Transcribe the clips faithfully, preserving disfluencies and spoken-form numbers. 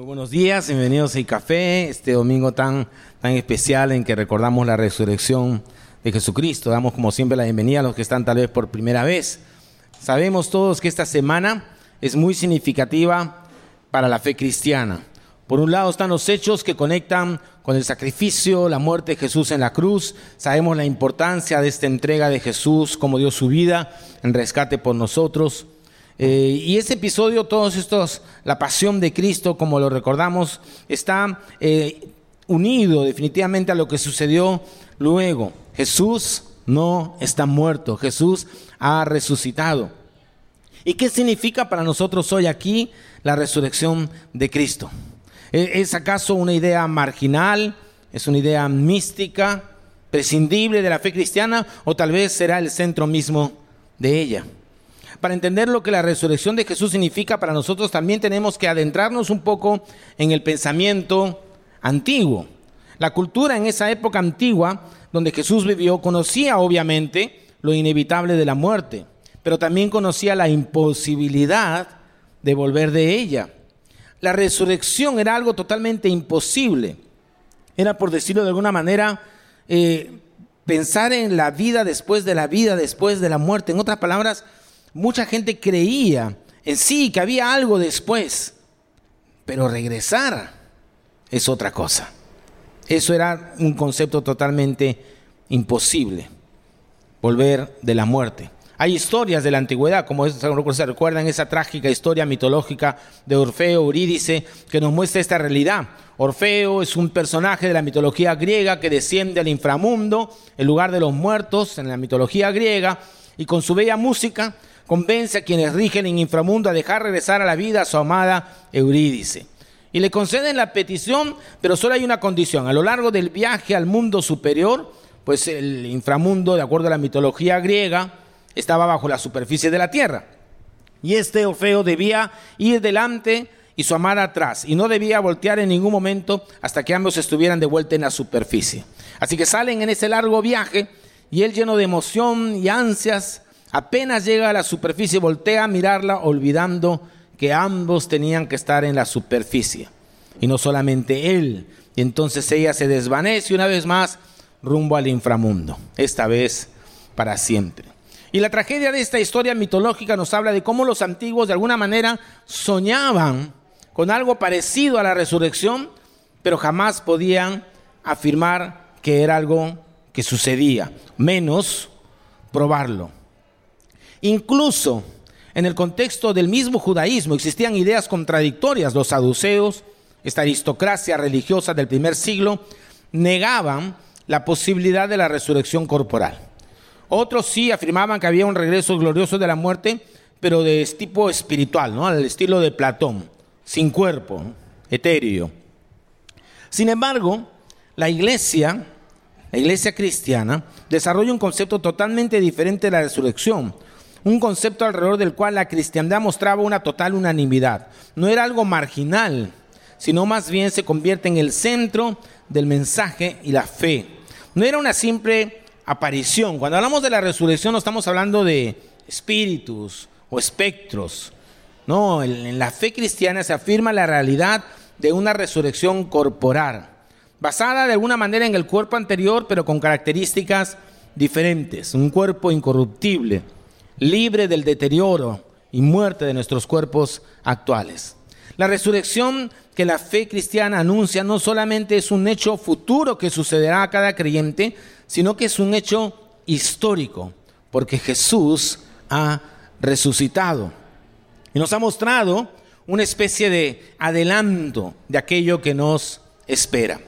Muy buenos días, bienvenidos a iCafé, este domingo tan, tan especial en que recordamos la resurrección de Jesucristo. Damos como siempre la bienvenida a los que están tal vez por primera vez. Sabemos todos que esta semana es muy significativa para la fe cristiana. Por un lado están los hechos que conectan con el sacrificio, la muerte de Jesús en la cruz. Sabemos la importancia de esta entrega de Jesús, cómo dio su vida en rescate por nosotros. Eh, y ese episodio, todos estos, la pasión de Cristo, como lo recordamos, está eh, unido definitivamente a lo que sucedió luego. Jesús no está muerto, Jesús ha resucitado. ¿Y qué significa para nosotros hoy aquí la resurrección de Cristo? ¿Es acaso una idea marginal? ¿Es una idea mística, prescindible de la fe cristiana? ¿O tal vez será el centro mismo de ella? Para entender lo que la resurrección de Jesús significa para nosotros, también tenemos que adentrarnos un poco en el pensamiento antiguo. La cultura en esa época antigua, donde Jesús vivió, conocía obviamente lo inevitable de la muerte, pero también conocía la imposibilidad de volver de ella. La resurrección era algo totalmente imposible. Era, por decirlo de alguna manera, eh, pensar en la vida después de la vida, después de la muerte. En otras palabras, mucha gente creía en sí que había algo después, pero regresar es otra cosa. Eso era un concepto totalmente imposible, volver de la muerte. Hay historias de la antigüedad, como se recuerdan esa trágica historia mitológica de Orfeo, Eurídice, que nos muestra esta realidad. Orfeo es un personaje de la mitología griega que desciende al inframundo, el lugar de los muertos en la mitología griega, y con su bella música convence a quienes rigen en inframundo a dejar regresar a la vida a su amada Eurídice. Y le conceden la petición, pero solo hay una condición. A lo largo del viaje al mundo superior, pues el inframundo, de acuerdo a la mitología griega, estaba bajo la superficie de la tierra. Y este Orfeo debía ir delante y su amada atrás. Y no debía voltear en ningún momento hasta que ambos estuvieran de vuelta en la superficie. Así que salen en ese largo viaje y él, lleno de emoción y ansias, apenas llega a la superficie, voltea a mirarla, olvidando que ambos tenían que estar en la superficie. Y no solamente él. Y entonces ella se desvanece una vez más rumbo al inframundo. Esta vez para siempre. Y la tragedia de esta historia mitológica nos habla de cómo los antiguos de alguna manera soñaban con algo parecido a la resurrección, pero jamás podían afirmar que era algo que sucedía, menos probarlo. Incluso en el contexto del mismo judaísmo existían ideas contradictorias. Los saduceos, esta aristocracia religiosa del primer siglo, negaban la posibilidad de la resurrección corporal. Otros sí afirmaban que había un regreso glorioso de la muerte, pero de tipo espiritual, ¿no? Al estilo de Platón, sin cuerpo, ¿no? Etéreo. Sin embargo, la iglesia, la iglesia cristiana, desarrolla un concepto totalmente diferente de la resurrección. Un concepto alrededor del cual la cristiandad mostraba una total unanimidad. No era algo marginal, sino más bien se convierte en el centro del mensaje y la fe. No era una simple aparición. Cuando hablamos de la resurrección no estamos hablando de espíritus o espectros. No, en la fe cristiana se afirma la realidad de una resurrección corporal, basada de alguna manera en el cuerpo anterior, pero con características diferentes. Un cuerpo incorruptible, libre del deterioro y muerte de nuestros cuerpos actuales. La resurrección que la fe cristiana anuncia no solamente es un hecho futuro que sucederá a cada creyente, sino que es un hecho histórico, porque Jesús ha resucitado y nos ha mostrado una especie de adelanto de aquello que nos espera.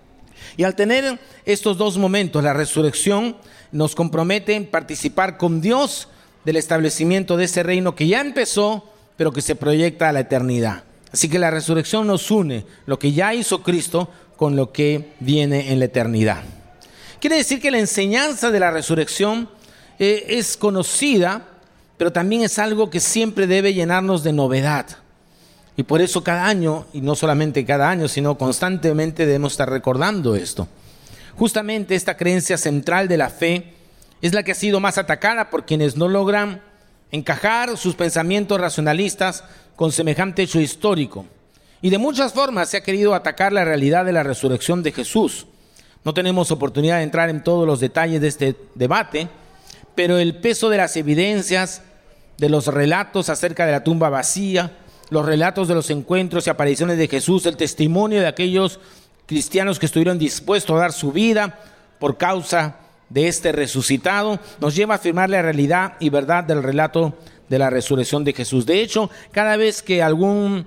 Y al tener estos dos momentos, la resurrección nos compromete en participar con Dios del establecimiento de ese reino que ya empezó, pero que se proyecta a la eternidad. Así que la resurrección nos une, lo que ya hizo Cristo con lo que viene en la eternidad. Quiere decir que la enseñanza de la resurrección eh, es conocida, pero también es algo que siempre debe llenarnos de novedad. Y por eso cada año, y no solamente cada año, sino constantemente debemos estar recordando esto. Justamente esta creencia central de la fe es la que ha sido más atacada por quienes no logran encajar sus pensamientos racionalistas con semejante hecho histórico. Y de muchas formas se ha querido atacar la realidad de la resurrección de Jesús. No tenemos oportunidad de entrar en todos los detalles de este debate, pero el peso de las evidencias, de los relatos acerca de la tumba vacía, los relatos de los encuentros y apariciones de Jesús, el testimonio de aquellos cristianos que estuvieron dispuestos a dar su vida por causa de este resucitado, nos lleva a afirmar la realidad y verdad del relato de la resurrección de Jesús. De hecho, cada vez que algún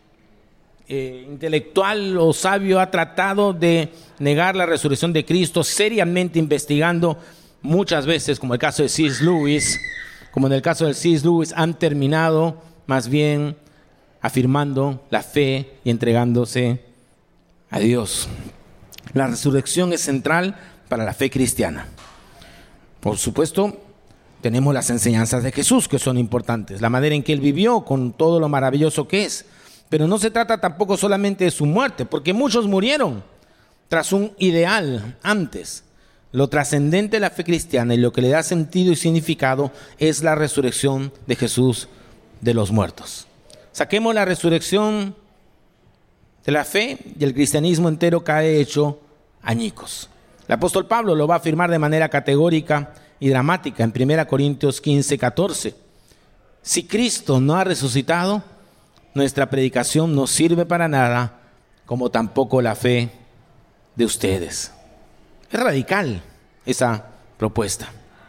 eh, intelectual o sabio ha tratado de negar la resurrección de Cristo, seriamente investigando, muchas veces, como el caso de C S Lewis, como en el caso de C S Lewis, han terminado más bien afirmando la fe y entregándose a Dios. La resurrección es central para la fe cristiana. Por supuesto, tenemos las enseñanzas de Jesús que son importantes, la manera en que Él vivió con todo lo maravilloso que es. Pero no se trata tampoco solamente de su muerte, porque muchos murieron tras un ideal antes. Lo trascendente de la fe cristiana y lo que le da sentido y significado es la resurrección de Jesús de los muertos. Saquemos la resurrección de la fe y el cristianismo entero cae hecho añicos. El apóstol Pablo lo va a afirmar de manera categórica y dramática en primera Corintios quince, catorce. Si Cristo no ha resucitado, nuestra predicación no sirve para nada, como tampoco la fe de ustedes. Es radical esa propuesta.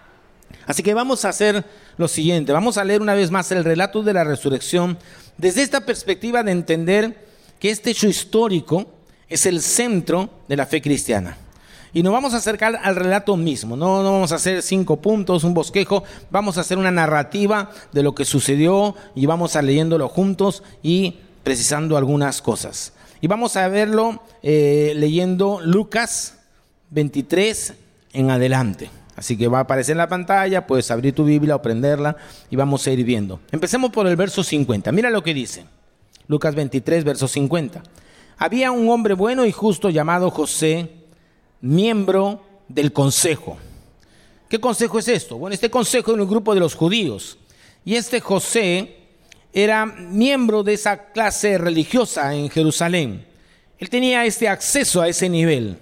Así que vamos a hacer lo siguiente. Vamos a leer una vez más el relato de la resurrección desde esta perspectiva de entender que este hecho histórico es el centro de la fe cristiana. Y nos vamos a acercar al relato mismo. No, no vamos a hacer cinco puntos, un bosquejo. Vamos a hacer una narrativa de lo que sucedió y vamos a leyéndolo juntos y precisando algunas cosas. Y vamos a verlo eh, leyendo Lucas veintitrés en adelante. Así que va a aparecer en la pantalla, puedes abrir tu Biblia o prenderla y vamos a ir viendo. Empecemos por el verso cincuenta. Mira lo que dice. Lucas veintitrés, verso cincuenta. Había un hombre bueno y justo llamado José, miembro del consejo. ¿Qué consejo es esto? Bueno, este consejo era un grupo de los judíos. Y este José era miembro de esa clase religiosa en Jerusalén. Él tenía este acceso a ese nivel.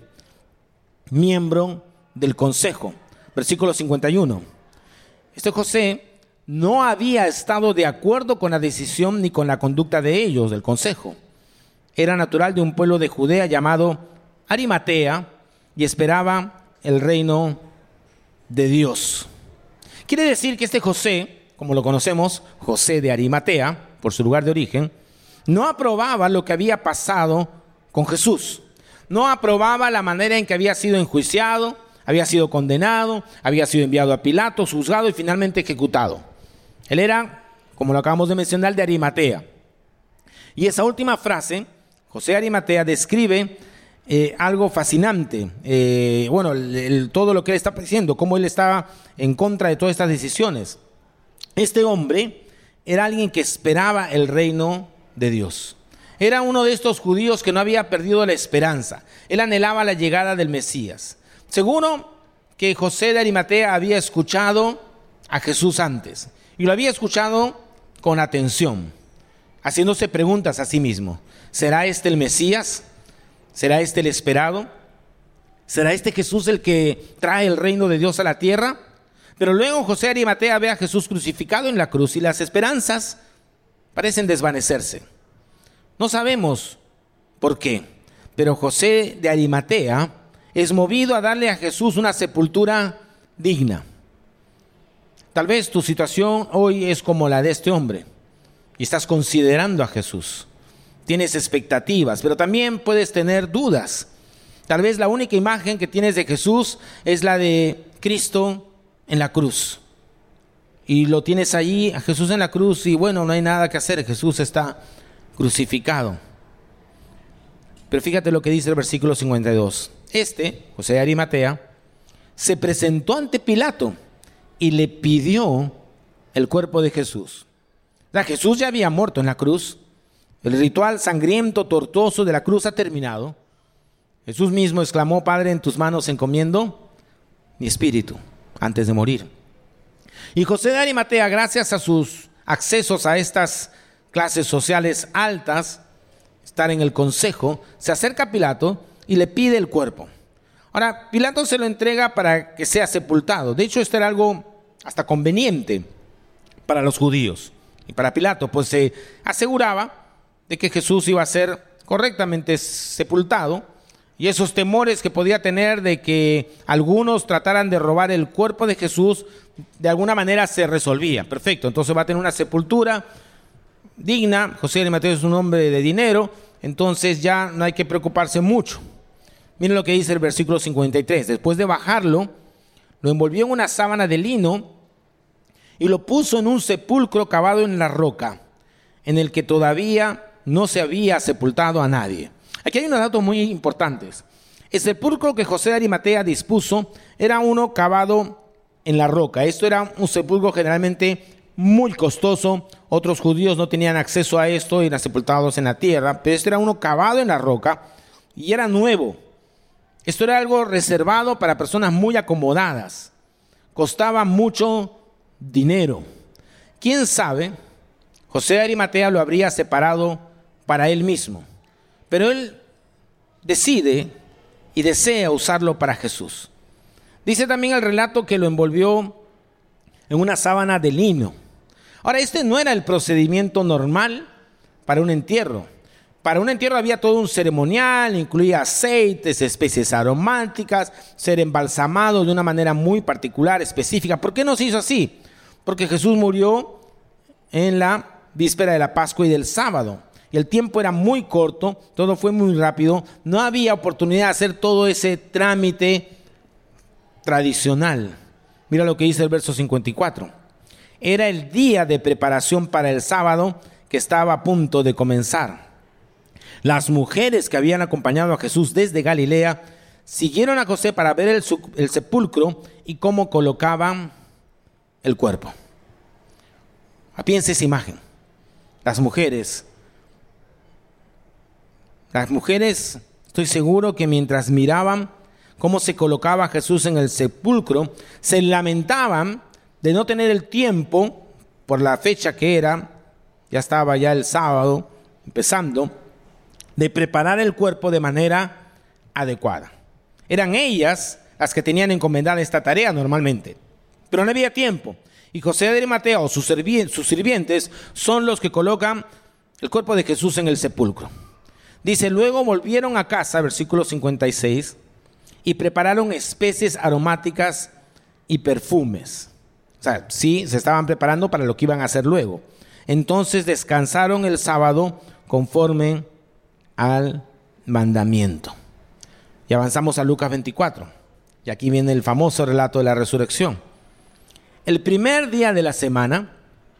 Miembro del consejo. Versículo cincuenta y uno. Este José no había estado de acuerdo con la decisión ni con la conducta de ellos, del consejo. Era natural de un pueblo de Judea llamado Arimatea y esperaba el reino de Dios. Quiere decir que este José, como lo conocemos, José de Arimatea, por su lugar de origen, no aprobaba lo que había pasado con Jesús. No aprobaba la manera en que había sido enjuiciado, había sido condenado, había sido enviado a Pilato, juzgado y finalmente ejecutado. Él era, como lo acabamos de mencionar, de Arimatea. Y esa última frase, José de Arimatea, describe eh, algo fascinante. Eh, bueno, el, el, todo lo que él está diciendo, cómo él estaba en contra de todas estas decisiones. Este hombre era alguien que esperaba el reino de Dios. Era uno de estos judíos que no había perdido la esperanza. Él anhelaba la llegada del Mesías. Seguro que José de Arimatea había escuchado a Jesús antes. Y lo había escuchado con atención, haciéndose preguntas a sí mismo. ¿Será este el Mesías? ¿Será este el esperado? ¿Será este Jesús el que trae el reino de Dios a la tierra? Pero luego José de Arimatea ve a Jesús crucificado en la cruz y las esperanzas parecen desvanecerse. No sabemos por qué, pero José de Arimatea es movido a darle a Jesús una sepultura digna. Tal vez tu situación hoy es como la de este hombre y estás considerando a Jesús. Tienes expectativas, pero también puedes tener dudas. Tal vez la única imagen que tienes de Jesús es la de Cristo en la cruz. Y lo tienes allí, a Jesús en la cruz, y bueno, no hay nada que hacer, Jesús está crucificado. Pero fíjate lo que dice el versículo cincuenta y dos. Este, José de Arimatea, se presentó ante Pilato y le pidió el cuerpo de Jesús. O sea, Jesús ya había muerto en la cruz. El ritual sangriento, tortuoso de la cruz ha terminado. Jesús mismo exclamó: Padre, en tus manos encomiendo mi espíritu, antes de morir. Y José de Arimatea, gracias a sus accesos a estas clases sociales altas, estar en el consejo, se acerca a Pilato y le pide el cuerpo. Ahora, Pilato se lo entrega para que sea sepultado. De hecho, esto era algo hasta conveniente para los judíos y para Pilato, pues se aseguraba de que Jesús iba a ser correctamente sepultado, y esos temores que podía tener de que algunos trataran de robar el cuerpo de Jesús, de alguna manera se resolvían. Perfecto, entonces va a tener una sepultura digna. José de Arimatea es un hombre de dinero, entonces ya no hay que preocuparse mucho. Miren lo que dice el versículo cincuenta y tres. Después de bajarlo, lo envolvió en una sábana de lino y lo puso en un sepulcro cavado en la roca, en el que todavía no se había sepultado a nadie. Aquí hay unos datos muy importantes. El sepulcro que José de Arimatea dispuso era uno cavado en la roca. Esto era un sepulcro generalmente muy costoso. Otros judíos no tenían acceso a esto y eran sepultados en la tierra, pero este era uno cavado en la roca y era nuevo. Esto era algo reservado para personas muy acomodadas. Costaba mucho dinero. ¿Quién sabe? José de Arimatea lo habría separado para él mismo, pero él decide y desea usarlo para Jesús. Dice también el relato que lo envolvió en una sábana de lino. Ahora, este no era el procedimiento normal para un entierro. Para un entierro había todo un ceremonial, incluía aceites, especies aromáticas, ser embalsamado de una manera muy particular, específica. ¿Por qué no se hizo así? Porque Jesús murió en la víspera de la Pascua y del sábado, y el tiempo era muy corto, todo fue muy rápido, no había oportunidad de hacer todo ese trámite tradicional. Mira lo que dice el verso cincuenta y cuatro. Era el día de preparación para el sábado que estaba a punto de comenzar. Las mujeres que habían acompañado a Jesús desde Galilea siguieron a José para ver el, el sepulcro y cómo colocaban el cuerpo. Piensa esa imagen. Las mujeres, las mujeres, estoy seguro que mientras miraban cómo se colocaba Jesús en el sepulcro, se lamentaban de no tener el tiempo por la fecha que era, ya estaba ya el sábado empezando, de preparar el cuerpo de manera adecuada. Eran ellas las que tenían encomendada esta tarea normalmente, pero no había tiempo. Y José de Arimatea o sus sirvientes son los que colocan el cuerpo de Jesús en el sepulcro. Dice, luego volvieron a casa, versículo cincuenta y seis, y prepararon especies aromáticas y perfumes. O sea, sí, se estaban preparando para lo que iban a hacer luego. Entonces descansaron el sábado conforme al mandamiento. Y avanzamos a Lucas veinticuatro. Y aquí viene el famoso relato de la resurrección. El primer día de la semana,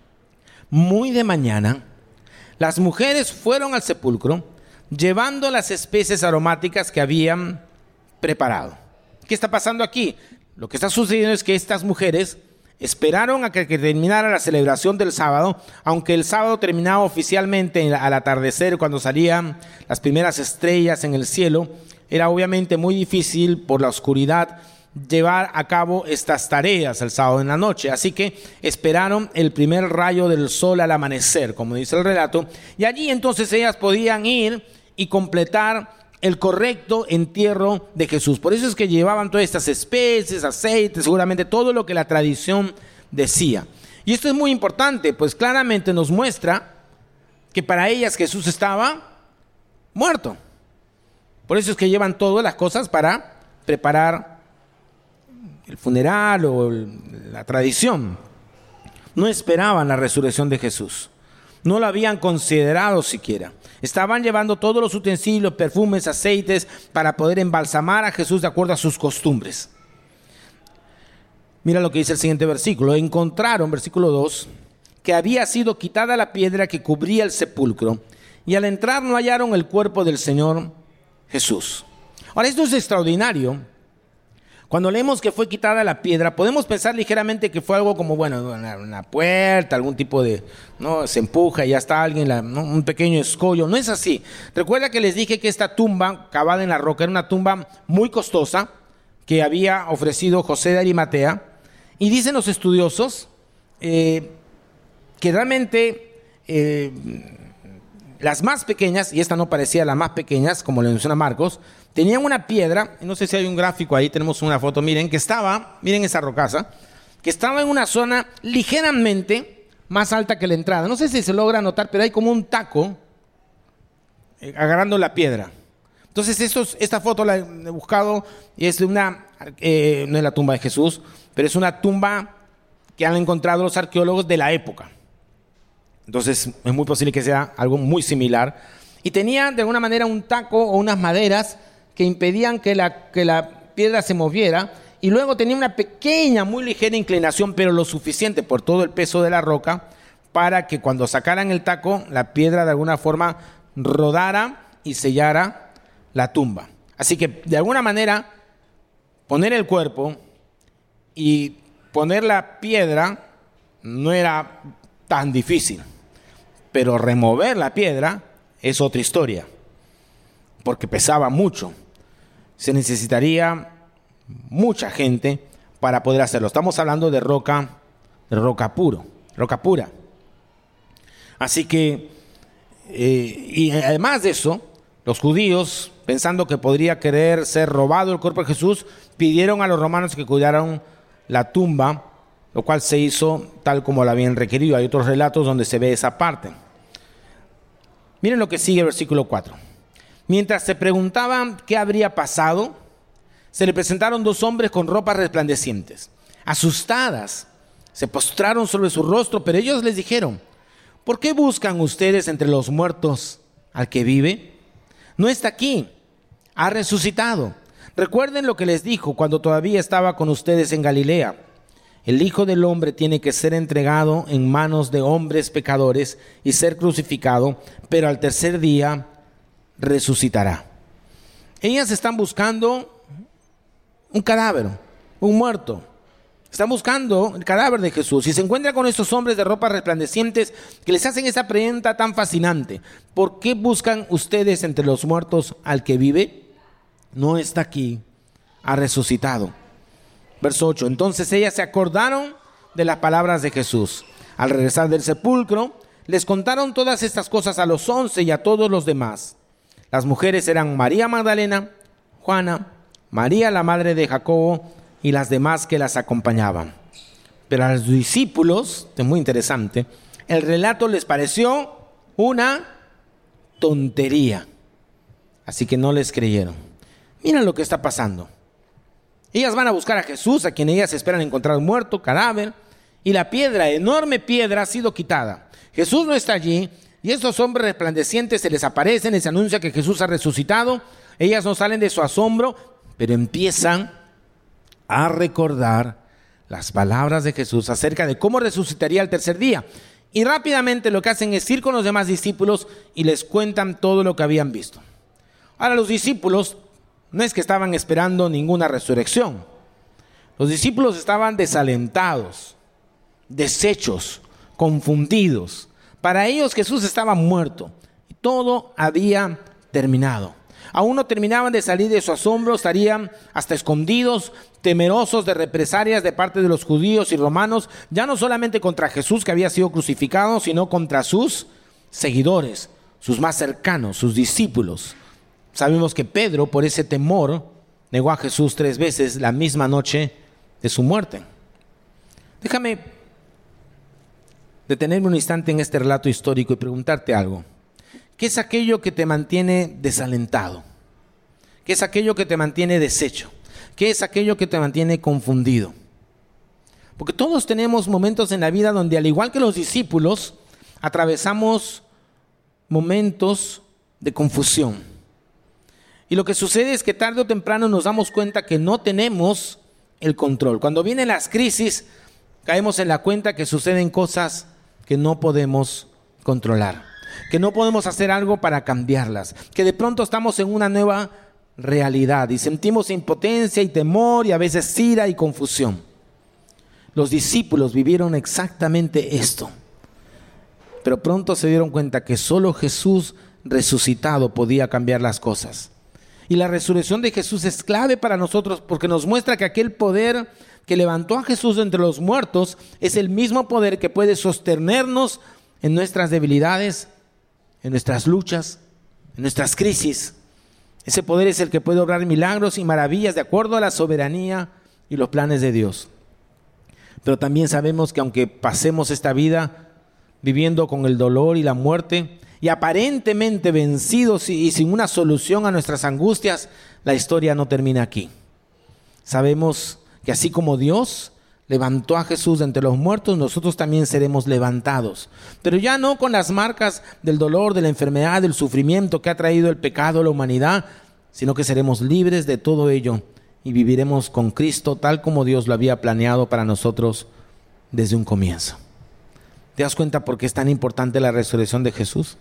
muy de mañana, las mujeres fueron al sepulcro llevando las especies aromáticas que habían preparado. ¿Qué está pasando aquí? Lo que está sucediendo es que estas mujeres esperaron a que, que terminara la celebración del sábado, aunque el sábado terminaba oficialmente al atardecer, cuando salían las primeras estrellas en el cielo. Era obviamente muy difícil por la oscuridad llevar a cabo estas tareas el sábado en la noche, así que esperaron el primer rayo del sol al amanecer, como dice el relato, y allí entonces ellas podían ir y completar el correcto entierro de Jesús. Por eso es que llevaban todas estas especies, aceites, seguramente todo lo que la tradición decía. Y esto es muy importante, pues claramente nos muestra que para ellas Jesús estaba muerto. Por eso es que llevan todas las cosas para preparar el funeral o la tradición. No esperaban la resurrección de Jesús. No lo habían considerado siquiera. Estaban llevando todos los utensilios, perfumes, aceites para poder embalsamar a Jesús de acuerdo a sus costumbres. Mira lo que dice el siguiente versículo. Encontraron, versículo dos, que había sido quitada la piedra que cubría el sepulcro, y al entrar no hallaron el cuerpo del Señor Jesús. Ahora, esto es extraordinario. Cuando leemos que fue quitada la piedra, podemos pensar ligeramente que fue algo como, bueno, una, una puerta, algún tipo de, no, se empuja y ya está alguien, la, ¿no? Un pequeño escollo. No es así. Recuerda que les dije que esta tumba cavada en la roca era una tumba muy costosa que había ofrecido José de Arimatea. Y dicen los estudiosos eh, que realmente eh, las más pequeñas, y esta no parecía las más pequeñas, como le menciona Marcos, tenían una piedra, no sé si hay un gráfico ahí, tenemos una foto, miren, que estaba, miren esa rocaza, que estaba en una zona ligeramente más alta que la entrada. No sé si se logra notar, pero hay como un taco eh, agarrando la piedra. Entonces, estos, esta foto la he buscado y es de una, eh, no es la tumba de Jesús, pero es una tumba que han encontrado los arqueólogos de la época. Entonces, es muy posible que sea algo muy similar. Y tenía de alguna manera un taco o unas maderas que impedían que la, que la piedra se moviera. Y luego tenía una pequeña, muy ligera inclinación, pero lo suficiente por todo el peso de la roca para que cuando sacaran el taco, la piedra de alguna forma rodara y sellara la tumba. Así que, de alguna manera, poner el cuerpo y poner la piedra no era tan difícil. Pero remover la piedra es otra historia, porque pesaba mucho. Se necesitaría mucha gente para poder hacerlo. Estamos hablando de roca, de roca puro, roca pura. Así que, eh, y además de eso, los judíos, pensando que podría querer ser robado el cuerpo de Jesús, pidieron a los romanos que cuidaran la tumba, lo cual se hizo tal como lo habían requerido. Hay otros relatos donde se ve esa parte. Miren lo que sigue el versículo cuatro. Mientras se preguntaban qué habría pasado, se le presentaron dos hombres con ropas resplandecientes. Asustadas, se postraron sobre su rostro, pero ellos les dijeron: ¿por qué buscan ustedes entre los muertos al que vive? No está aquí, ha resucitado. Recuerden lo que les dijo cuando todavía estaba con ustedes en Galilea. El Hijo del Hombre tiene que ser entregado en manos de hombres pecadores y ser crucificado, pero al tercer día resucitará. Ellas están buscando un cadáver, un muerto. Están buscando el cadáver de Jesús y se encuentran con estos hombres de ropas resplandecientes que les hacen esa pregunta tan fascinante: ¿por qué buscan ustedes entre los muertos al que vive? No está aquí, ha resucitado. Verso ocho. Entonces ellas se acordaron de las palabras de Jesús. Al regresar del sepulcro, les contaron todas estas cosas a los once y a todos los demás. Las mujeres eran María Magdalena, Juana, María la madre de Jacobo y las demás que las acompañaban. Pero a los discípulos, es muy interesante, el relato les pareció una tontería. Así que no les creyeron. Miren lo que está pasando. Ellas van a buscar a Jesús, a quien ellas esperan encontrar muerto, cadáver, y la piedra, enorme piedra, ha sido quitada. Jesús no está allí, y estos hombres resplandecientes se les aparecen, les anuncia que Jesús ha resucitado. Ellas no salen de su asombro, pero empiezan a recordar las palabras de Jesús acerca de cómo resucitaría el tercer día. Y rápidamente lo que hacen es ir con los demás discípulos y les cuentan todo lo que habían visto. Ahora, los discípulos no es que estaban esperando ninguna resurrección. Los discípulos estaban desalentados, deshechos, confundidos. Para ellos Jesús estaba muerto y todo había terminado. Aún no terminaban de salir de su asombro, estarían hasta escondidos, temerosos de represalias de parte de los judíos y romanos, ya no solamente contra Jesús que había sido crucificado, sino contra sus seguidores, sus más cercanos, sus discípulos. Sabemos que Pedro, por ese temor, negó a Jesús tres veces la misma noche de su muerte. Déjame detenerme un instante en este relato histórico y preguntarte algo. ¿Qué es aquello que te mantiene desalentado? ¿Qué es aquello que te mantiene deshecho? ¿Qué es aquello que te mantiene confundido? Porque todos tenemos momentos en la vida donde, al igual que los discípulos, atravesamos momentos de confusión. Y lo que sucede es que tarde o temprano nos damos cuenta que no tenemos el control. Cuando vienen las crisis, caemos en la cuenta que suceden cosas que no podemos controlar, que no podemos hacer algo para cambiarlas, que de pronto estamos en una nueva realidad y sentimos impotencia y temor y a veces ira y confusión. Los discípulos vivieron exactamente esto, pero pronto se dieron cuenta que solo Jesús resucitado podía cambiar las cosas. Y la resurrección de Jesús es clave para nosotros porque nos muestra que aquel poder que levantó a Jesús de entre los muertos es el mismo poder que puede sostenernos en nuestras debilidades en nuestras luchas, en nuestras crisis. Ese poder es el que puede obrar milagros y maravillas de acuerdo a la soberanía y los planes de Dios. Pero también sabemos que aunque pasemos esta vida viviendo con el dolor y la muerte y aparentemente vencidos y sin una solución a nuestras angustias, la historia no termina aquí. Sabemos que así como Dios levantó a Jesús de entre los muertos, nosotros también seremos levantados. Pero ya no con las marcas del dolor, de la enfermedad, del sufrimiento que ha traído el pecado a la humanidad, sino que seremos libres de todo ello y viviremos con Cristo tal como Dios lo había planeado para nosotros desde un comienzo. ¿Te das cuenta por qué es tan importante la resurrección de Jesús?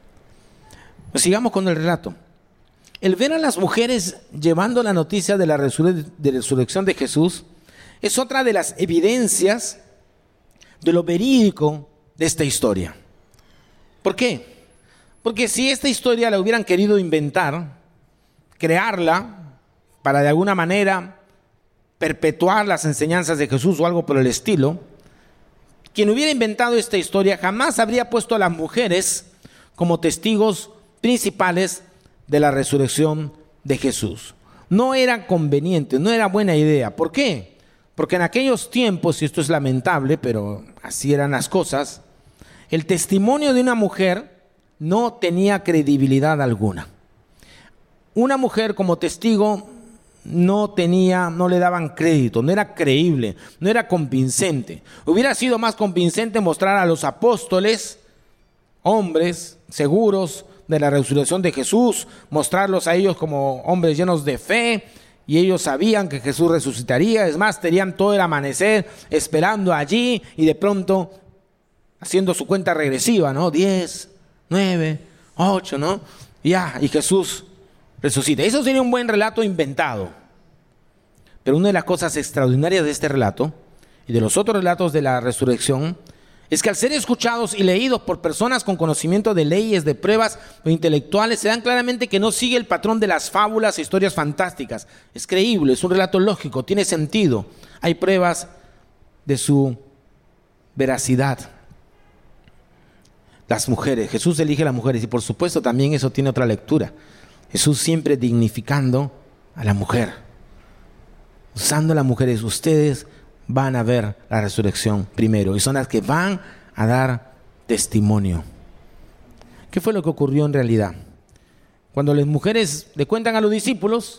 Pues sigamos con el relato. El ver a las mujeres llevando la noticia de la resur- de resurrección de Jesús es otra de las evidencias de lo verídico de esta historia. ¿Por qué? Porque si esta historia la hubieran querido inventar, crearla para de alguna manera perpetuar las enseñanzas de Jesús o algo por el estilo, quien hubiera inventado esta historia jamás habría puesto a las mujeres como testigos principales de la resurrección de Jesús. No era conveniente, no era buena idea. ¿Por qué? Porque en aquellos tiempos, y esto es lamentable, pero así eran las cosas, el testimonio de una mujer no tenía credibilidad alguna. Una mujer como testigo no tenía, no le daban crédito, no era creíble, no era convincente. Hubiera sido más convincente mostrar a los apóstoles, hombres seguros de la resurrección de Jesús, mostrarlos a ellos como hombres llenos de fe, y ellos sabían que Jesús resucitaría. Es más, tenían todo el amanecer esperando allí y de pronto haciendo su cuenta regresiva, ¿no? Diez, nueve, ocho, ¿no? Ya, y Jesús resucita. Eso sería un buen relato inventado. Pero una de las cosas extraordinarias de este relato y de los otros relatos de la resurrección es que al ser escuchados y leídos por personas con conocimiento de leyes, de pruebas o intelectuales, se dan claramente que no sigue el patrón de las fábulas e historias fantásticas. Es creíble, es un relato lógico, tiene sentido. Hay pruebas de su veracidad. Las mujeres, Jesús elige a las mujeres y por supuesto también eso tiene otra lectura. Jesús siempre dignificando a la mujer, usando a las mujeres. Ustedes van a ver la resurrección primero y son las que van a dar testimonio. ¿Qué fue lo que ocurrió en realidad? Cuando las mujeres le cuentan a los discípulos,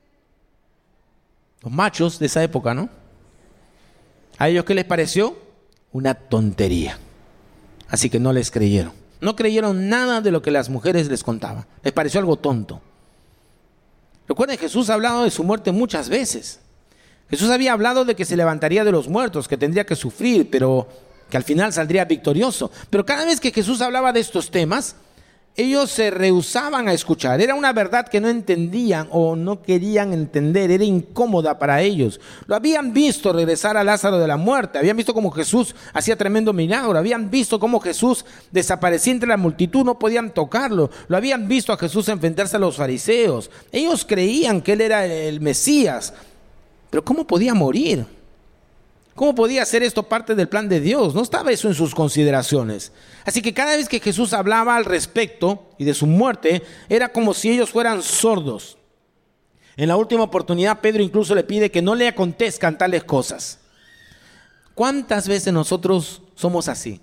los machos de esa época, ¿no? ¿A ellos qué les pareció? Una tontería. Así que no les creyeron. No creyeron nada de lo que las mujeres les contaban. Les pareció algo tonto. Recuerden, Jesús ha hablado de su muerte muchas veces. Jesús había hablado de que se levantaría de los muertos, que tendría que sufrir, pero que al final saldría victorioso. Pero cada vez que Jesús hablaba de estos temas, ellos se rehusaban a escuchar. Era una verdad que no entendían o no querían entender. Era incómoda para ellos. Lo habían visto regresar a Lázaro de la muerte. Habían visto cómo Jesús hacía tremendo milagro. Habían visto cómo Jesús desaparecía entre la multitud. No podían tocarlo. Lo habían visto a Jesús enfrentarse a los fariseos. Ellos creían que Él era el Mesías. Pero ¿cómo podía morir? ¿Cómo podía hacer esto parte del plan de Dios? No estaba eso en sus consideraciones. Así que cada vez que Jesús hablaba al respecto y de su muerte, era como si ellos fueran sordos. En la última oportunidad, Pedro incluso le pide que no le acontezcan tales cosas. ¿Cuántas veces nosotros somos así?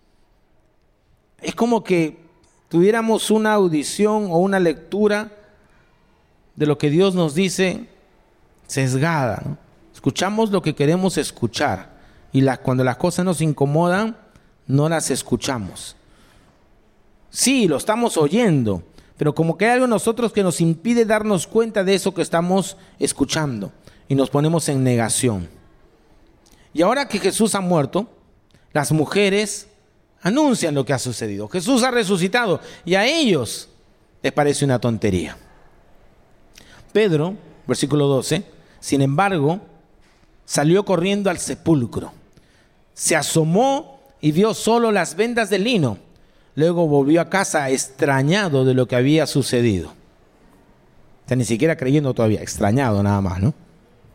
Es como que tuviéramos una audición o una lectura de lo que Dios nos dice sesgada, ¿no? Escuchamos lo que queremos escuchar y la, cuando las cosas nos incomodan, no las escuchamos. Sí, lo estamos oyendo, pero como que hay algo en nosotros que nos impide darnos cuenta de eso que estamos escuchando y nos ponemos en negación. Y ahora que Jesús ha muerto, las mujeres anuncian lo que ha sucedido. Jesús ha resucitado y a ellos les parece una tontería. Pedro, versículo doce, sin embargo, salió corriendo al sepulcro. Se asomó y vio solo las vendas de lino. Luego volvió a casa extrañado de lo que había sucedido. O sea, ni siquiera creyendo todavía, extrañado nada más, ¿no?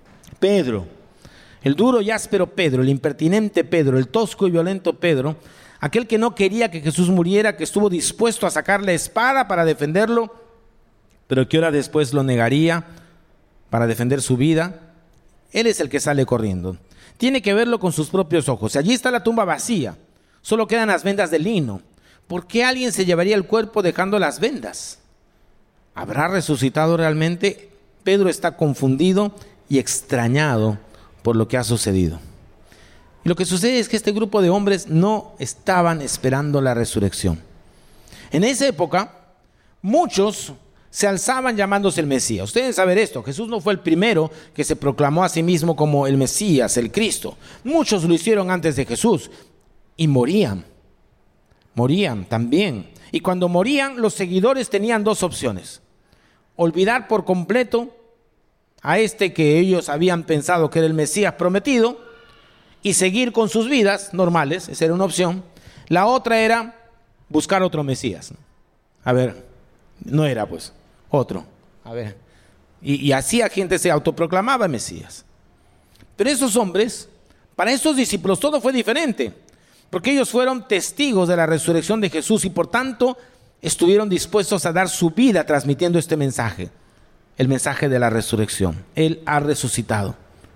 Pedro, el duro y áspero Pedro, el impertinente Pedro, el tosco y violento Pedro, aquel que no quería que Jesús muriera, que estuvo dispuesto a sacar la espada para defenderlo, pero que horas después lo negaría para defender su vida, él es el que sale corriendo. Tiene que verlo con sus propios ojos. Y allí está la tumba vacía, solo quedan las vendas de lino. ¿Por qué alguien se llevaría el cuerpo dejando las vendas? ¿Habrá resucitado realmente? Pedro está confundido y extrañado por lo que ha sucedido. Y lo que sucede es que este grupo de hombres no estaban esperando la resurrección. En esa época, muchos se alzaban llamándose el Mesías. Ustedes deben saber esto, Jesús no fue el primero que se proclamó a sí mismo como el Mesías, el Cristo. Muchos lo hicieron antes de Jesús y morían. Morían también. Y cuando morían, los seguidores tenían dos opciones: olvidar por completo a este que ellos habían pensado que era el Mesías prometido y seguir con sus vidas normales. Esa era una opción. La otra era buscar otro Mesías. A ver, no era pues otro. A ver, y, y así a gente se autoproclamaba Mesías. Pero esos hombres, para estos discípulos todo fue diferente, porque ellos fueron testigos de la resurrección de Jesús y por tanto estuvieron dispuestos a dar su vida transmitiendo este mensaje, el mensaje de la resurrección. Él ha resucitado.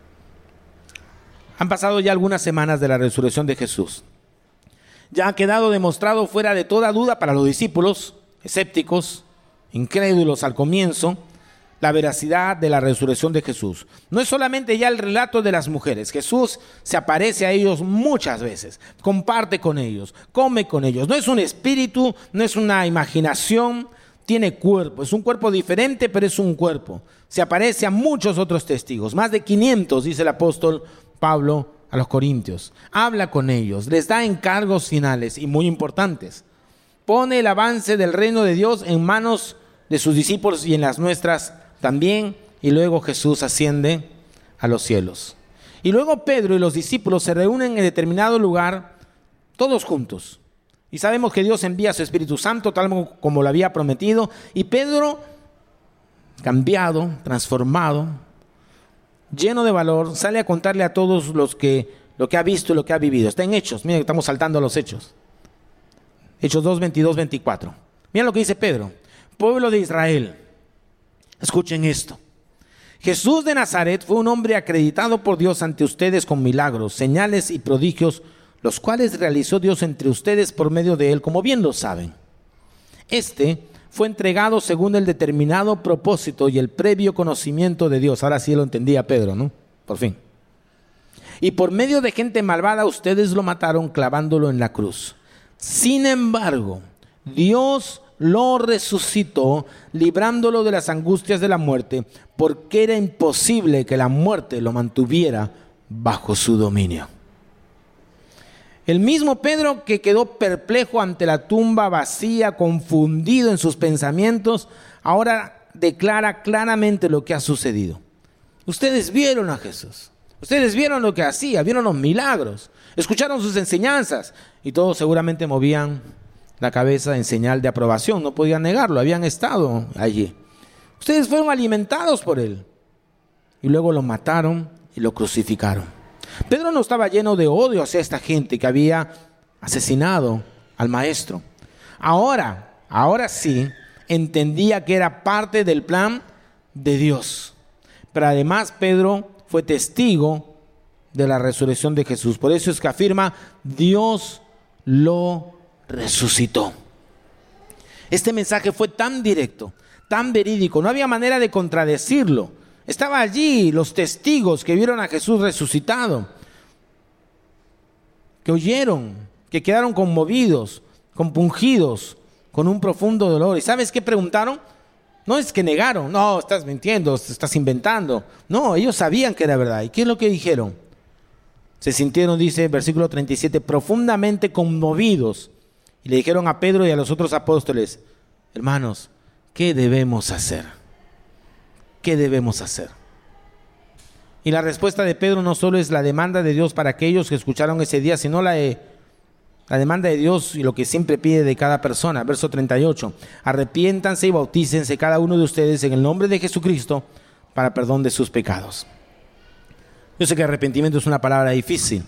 Han pasado ya algunas semanas de la resurrección de Jesús. Ya ha quedado demostrado fuera de toda duda para los discípulos escépticos, incrédulos al comienzo, la veracidad de la resurrección de Jesús. No es solamente ya el relato de las mujeres. Jesús se aparece a ellos muchas veces, comparte con ellos, come con ellos. No es un espíritu, no es una imaginación, tiene cuerpo. Es un cuerpo diferente, pero es un cuerpo. Se aparece a muchos otros testigos, más de quinientos, dice el apóstol Pablo a los Corintios. Habla con ellos, les da encargos finales y muy importantes. Pone el avance del reino de Dios en manos de sus discípulos y en las nuestras también, y luego Jesús asciende a los cielos. Y luego Pedro y los discípulos se reúnen en determinado lugar, todos juntos. Y sabemos que Dios envía a su Espíritu Santo, tal como lo había prometido. Y Pedro, cambiado, transformado, lleno de valor, sale a contarle a todos los que, lo que ha visto y lo que ha vivido. Está en Hechos, miren, estamos saltando a los Hechos. Hechos dos, veintidós, veinticuatro. Miren lo que dice Pedro. Pueblo de Israel, escuchen esto. Jesús de Nazaret fue un hombre acreditado por Dios ante ustedes con milagros, señales y prodigios, los cuales realizó Dios entre ustedes por medio de él, como bien lo saben. Este fue entregado según el determinado propósito y el previo conocimiento de Dios. Ahora sí lo entendía Pedro, ¿no? Por fin. Y por medio de gente malvada ustedes lo mataron clavándolo en la cruz. Sin embargo, Dios lo resucitó, librándolo de las angustias de la muerte, porque era imposible que la muerte lo mantuviera bajo su dominio. El mismo Pedro, que quedó perplejo ante la tumba vacía, confundido en sus pensamientos, ahora declara claramente lo que ha sucedido. Ustedes vieron a Jesús, ustedes vieron lo que hacía, vieron los milagros, escucharon sus enseñanzas y todos seguramente movían la cabeza en señal de aprobación, no podían negarlo, habían estado allí. Ustedes fueron alimentados por él y luego lo mataron y lo crucificaron. Pedro no estaba lleno de odio hacia esta gente que había asesinado al maestro. Ahora, ahora sí, entendía que era parte del plan de Dios. Pero además Pedro fue testigo de la resurrección de Jesús. Por eso es que afirma, Dios lo resucitó. Este mensaje fue tan directo, tan verídico, no había manera de contradecirlo. Estaba allí los testigos que vieron a Jesús resucitado, que oyeron, que quedaron conmovidos, compungidos, con un profundo dolor. ¿Y sabes qué preguntaron? No es que negaron, no, estás mintiendo, estás inventando. No, ellos sabían que era verdad. ¿Y qué es lo que dijeron? Se sintieron, dice versículo treinta y siete, profundamente conmovidos. Y le dijeron a Pedro y a los otros apóstoles, hermanos, ¿qué debemos hacer? ¿Qué debemos hacer? Y la respuesta de Pedro no solo es la demanda de Dios para aquellos que escucharon ese día, sino la, de, la demanda de Dios y lo que siempre pide de cada persona. Verso treinta y ocho, arrepiéntanse y bautícense cada uno de ustedes en el nombre de Jesucristo para perdón de sus pecados. Yo sé que arrepentimiento es una palabra difícil,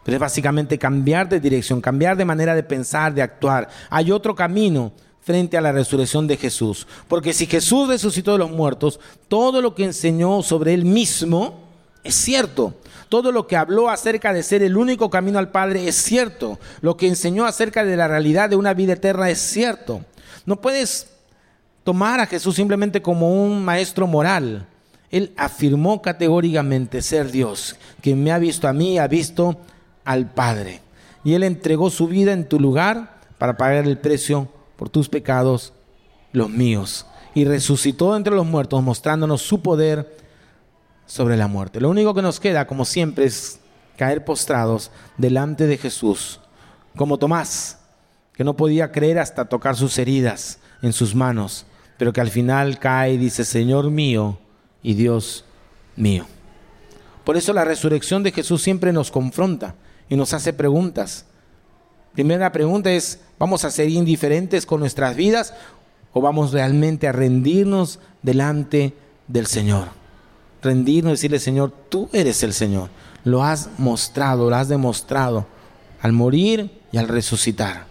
Pero es básicamente cambiar de dirección, cambiar de manera de pensar, de actuar. Hay otro camino frente a la resurrección de Jesús. Porque si Jesús resucitó de los muertos, todo lo que enseñó sobre Él mismo es cierto. Todo lo que habló acerca de ser el único camino al Padre es cierto. Lo que enseñó acerca de la realidad de una vida eterna es cierto. No puedes tomar a Jesús simplemente como un maestro moral. Él afirmó categóricamente ser Dios. Quien me ha visto a mí ha visto al Padre. Y Él entregó su vida en tu lugar para pagar el precio por tus pecados, los míos. Y resucitó entre los muertos, mostrándonos su poder sobre la muerte. Lo único que nos queda, como siempre, es caer postrados delante de Jesús, como Tomás, que no podía creer hasta tocar sus heridas en sus manos, pero que al final cae y dice: Señor mío y Dios mío. Por eso la resurrección de Jesús siempre nos confronta y nos hace preguntas. Primera pregunta es: ¿vamos a ser indiferentes con nuestras vidas o vamos realmente a rendirnos delante del Señor? Rendirnos y decirle: Señor, tú eres el Señor. Lo has mostrado, lo has demostrado al morir y al resucitar.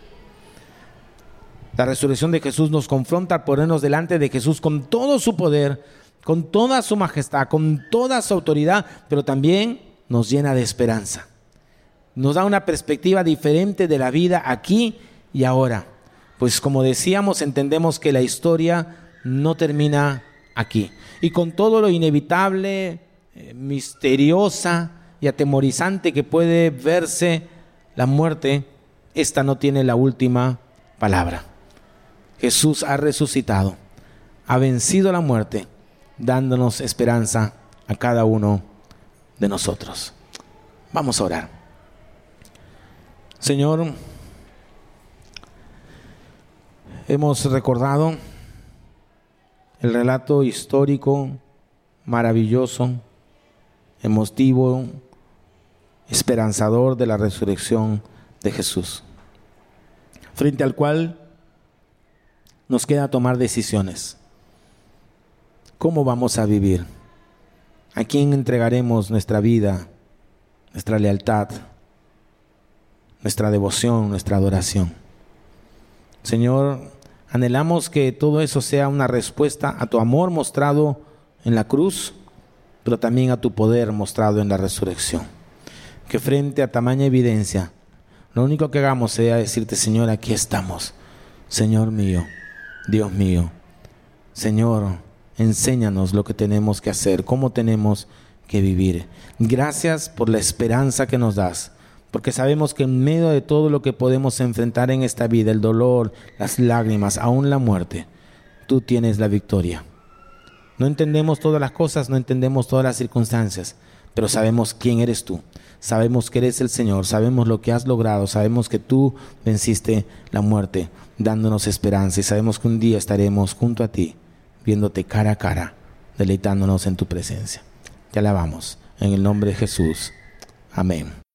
La resurrección de Jesús nos confronta a ponernos delante de Jesús con todo su poder, con toda su majestad, con toda su autoridad, pero también nos llena de esperanza. Nos da una perspectiva diferente de la vida aquí y ahora. Pues como decíamos, entendemos que la historia no termina aquí. Y con todo lo inevitable, eh, misteriosa y atemorizante que puede verse la muerte, esta no tiene la última palabra. Jesús ha resucitado, ha vencido la muerte, dándonos esperanza a cada uno de nosotros. Vamos a orar. Señor, hemos recordado el relato histórico, maravilloso, emotivo, esperanzador de la resurrección de Jesús, frente al cual nos queda tomar decisiones. ¿Cómo vamos a vivir? ¿A quién entregaremos nuestra vida, nuestra lealtad, nuestra devoción, nuestra adoración? Señor, anhelamos que todo eso sea una respuesta a tu amor mostrado en la cruz, pero también a tu poder mostrado en la resurrección. Que frente a tamaña evidencia, lo único que hagamos sea decirte: Señor, aquí estamos. Señor mío, Dios mío. Señor, enséñanos lo que tenemos que hacer, cómo tenemos que vivir. Gracias por la esperanza que nos das, porque sabemos que en medio de todo lo que podemos enfrentar en esta vida, el dolor, las lágrimas, aún la muerte, tú tienes la victoria. No entendemos todas las cosas, no entendemos todas las circunstancias, pero sabemos quién eres tú. Sabemos que eres el Señor, sabemos lo que has logrado, sabemos que tú venciste la muerte, dándonos esperanza, y sabemos que un día estaremos junto a ti, viéndote cara a cara, deleitándonos en tu presencia. Te alabamos en el nombre de Jesús. Amén.